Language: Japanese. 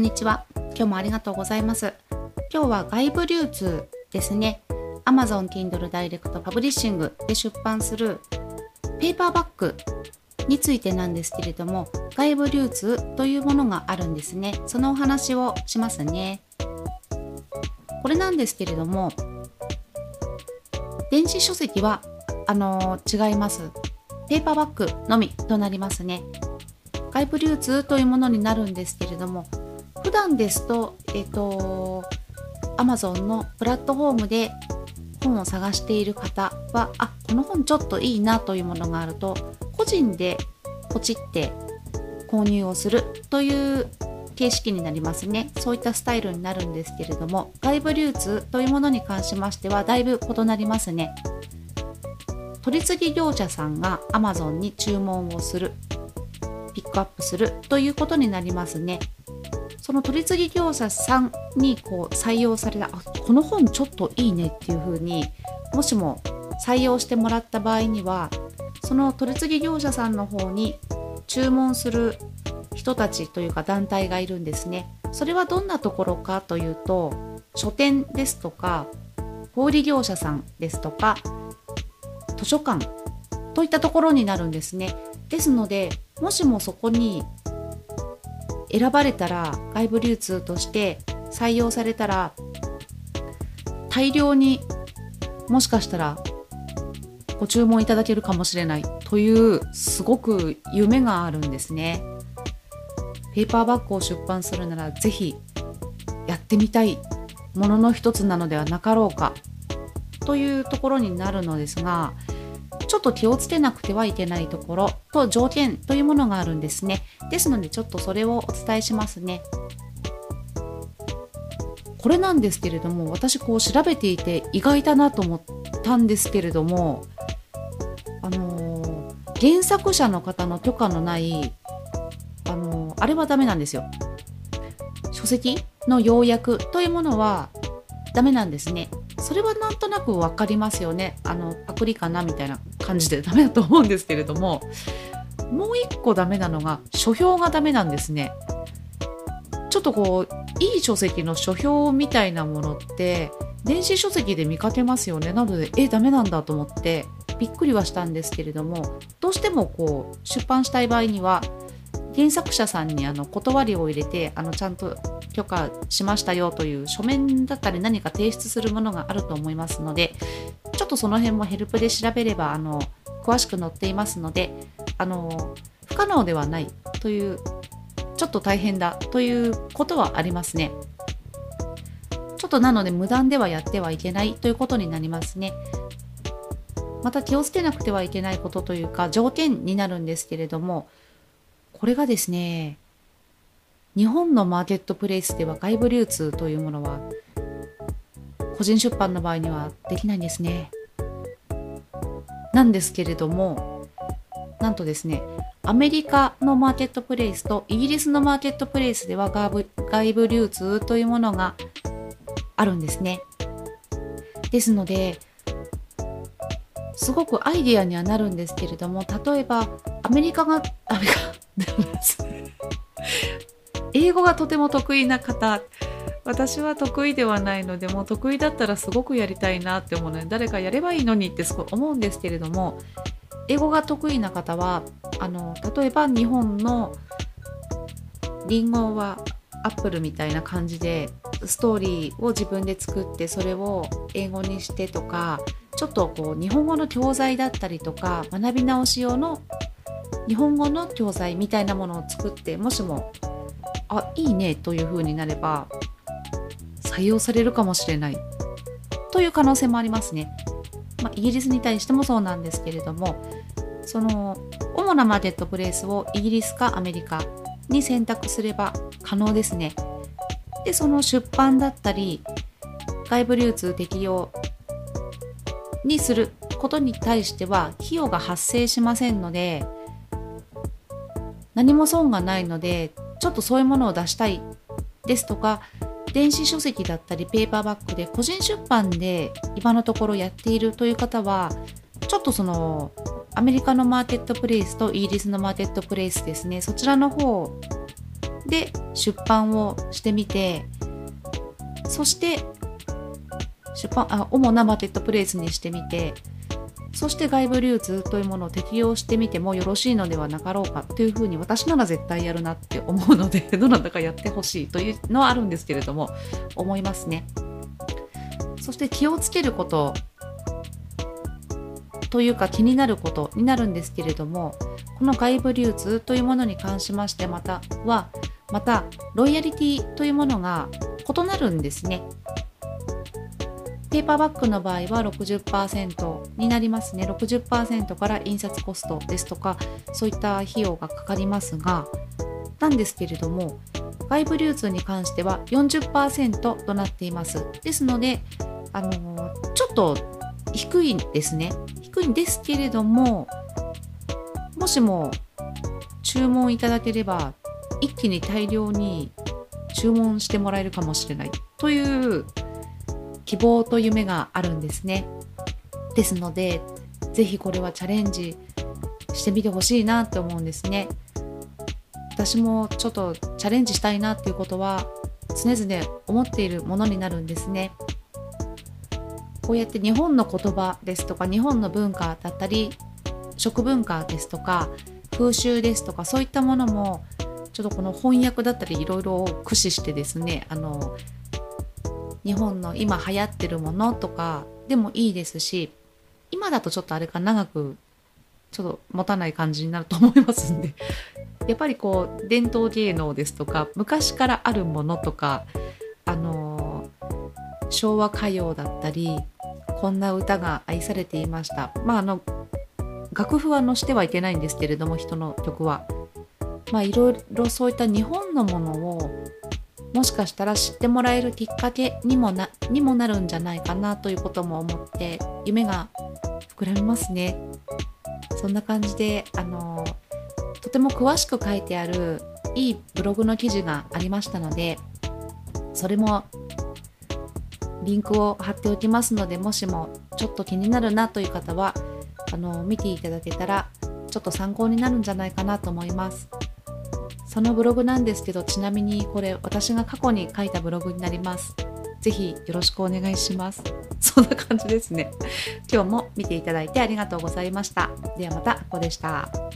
にちは。今日もありがとうございます。今日は外部流通ですね。Amazon Kindle Direct Publishing で出版するペーパーバッグについてなんですけれども、外部流通というものがあるんですね。そのお話をしますね。これなんですけれども、電子書籍は違います。ペーパーバッグのみとなりますね。外部流通というものになるんですけれども、普段ですと、Amazon のプラットフォームで本を探している方は、この本ちょっといいなというものがあると、個人でポチって購入をするという形式になりますね。そういったスタイルになるんですけれども、外部流通というものに関しましてはだいぶ異なりますね。取り次ぎ業者さんが Amazon に注文をする、ピックアップするということになりますね。その取り次ぎ業者さんに採用された、この本ちょっといいねっていう風にもしも採用してもらった場合には、その取り次ぎ業者さんの方に注文する人たちというか団体がいるんですね。それはどんなところかというと、書店ですとか小売業者さんですとか図書館といったところになるんですね。ですので、もしもそこに選ばれたら、外部流通として採用されたら、大量にもしかしたらご注文いただけるかもしれないというすごく夢があるんですね。ペーパーバッグを出版するならぜひやってみたいものの一つなのではなかろうかというところになるのですが、ちょっと気をつけなくてはいけないところと条件というものがあるんですね。ですのでちょっとそれをお伝えしますね。これなんですけれども、私調べていて意外だなと思ったんですけれども、原作者の方の許可のないあれはダメなんですよ。書籍の要約というものはダメなんですね。それはなんとなく分かりますよね。パクリかなみたいな感じでダメだと思うんですけれども、もう一個ダメなのが書評がダメなんですね。ちょっといい書籍の書評みたいなものって電子書籍で見かけますよね。なのでダメなんだと思ってびっくりはしたんですけれども、どうしても出版したい場合には原作者さんに断りを入れてちゃんと許可しましたよという書面だったり何か提出するものがあると思いますので、ちょっとその辺もヘルプで調べれば詳しく載っていますので、不可能ではないという、ちょっと大変だということはありますね。ちょっとなので無断ではやってはいけないということになりますね。また気をつけなくてはいけないことというか条件になるんですけれども、これがですね、日本のマーケットプレイスでは外部流通というものは個人出版の場合にはできないんですね。なんですけれども、なんとですね、アメリカのマーケットプレイスとイギリスのマーケットプレイスでは外部流通というものがあるんですね。ですので、すごくアイデアにはなるんですけれども、例えば英語がとても得意な方、私は得意ではないので、もう得意だったらすごくやりたいなって思うので、誰かやればいいのにってすごい思うんですけれども、英語が得意な方は例えば日本のリンゴはアップルみたいな感じでストーリーを自分で作って、それを英語にしてとか、ちょっと日本語の教材だったりとか学び直し用の日本語の教材みたいなものを作って、もしもいいねという風になれば採用されるかもしれないという可能性もありますね。イギリスに対してもそうなんですけれども、その主なマーケットプレイスをイギリスかアメリカに選択すれば可能ですね。で、その出版だったり外部流通適用にすることに対しては費用が発生しませんので、何も損がないので、ちょっとそういうものを出したいですとか、電子書籍だったりペーパーバッグで個人出版で今のところやっているという方は、ちょっとアメリカのマーケットプレイスとイギリスのマーケットプレイスですね、そちらの方で出版をしてみて、そして主なマーケットプレイスにしてみて、そして外部流通というものを適用してみてもよろしいのではなかろうかというふうに、私なら絶対やるなって思うので、どなたかやってほしいというのはあるんですけれども、思いますね。そして気をつけることというか気になることになるんですけれども、この外部流通というものに関しましてまたロイヤリティというものが異なるんですね。ペーパーバッグの場合は 60% になりますね。60% から印刷コストですとか、そういった費用がかかりますが、なんですけれども、外部流通に関しては 40% となっています。ですので、ちょっと低いですね。低いんですけれども、もしも注文いただければ、一気に大量に注文してもらえるかもしれないという希望と夢があるんですね。ですので、ぜひこれはチャレンジしてみてほしいなって思うんですね。私もちょっとチャレンジしたいなっていうことは常々思っているものになるんですね。こうやって日本の言葉ですとか、日本の文化だったり、食文化ですとか、風習ですとか、そういったものもちょっとこの翻訳だったりいろいろ駆使してですね、日本の今流行ってるものとかでもいいですし、今だとちょっとあれか長くちょっと持たない感じになると思いますんで、やっぱりこう伝統芸能ですとか、昔からあるものとか、昭和歌謡だったり、こんな歌が愛されていました。楽譜は載してはいけないんですけれども、人の曲は。いろいろそういった日本のものをもしかしたら知ってもらえるきっかけにもなるんじゃないかなということも思って、夢が膨らみますね。そんな感じで、とても詳しく書いてあるいいブログの記事がありましたので、それもリンクを貼っておきますので、もしもちょっと気になるなという方は見ていただけたらちょっと参考になるんじゃないかなと思います。そのブログなんですけど、ちなみにこれ私が過去に書いたブログになります。ぜひよろしくお願いします。そんな感じですね。今日も見ていただいてありがとうございました。ではまた、あこでした。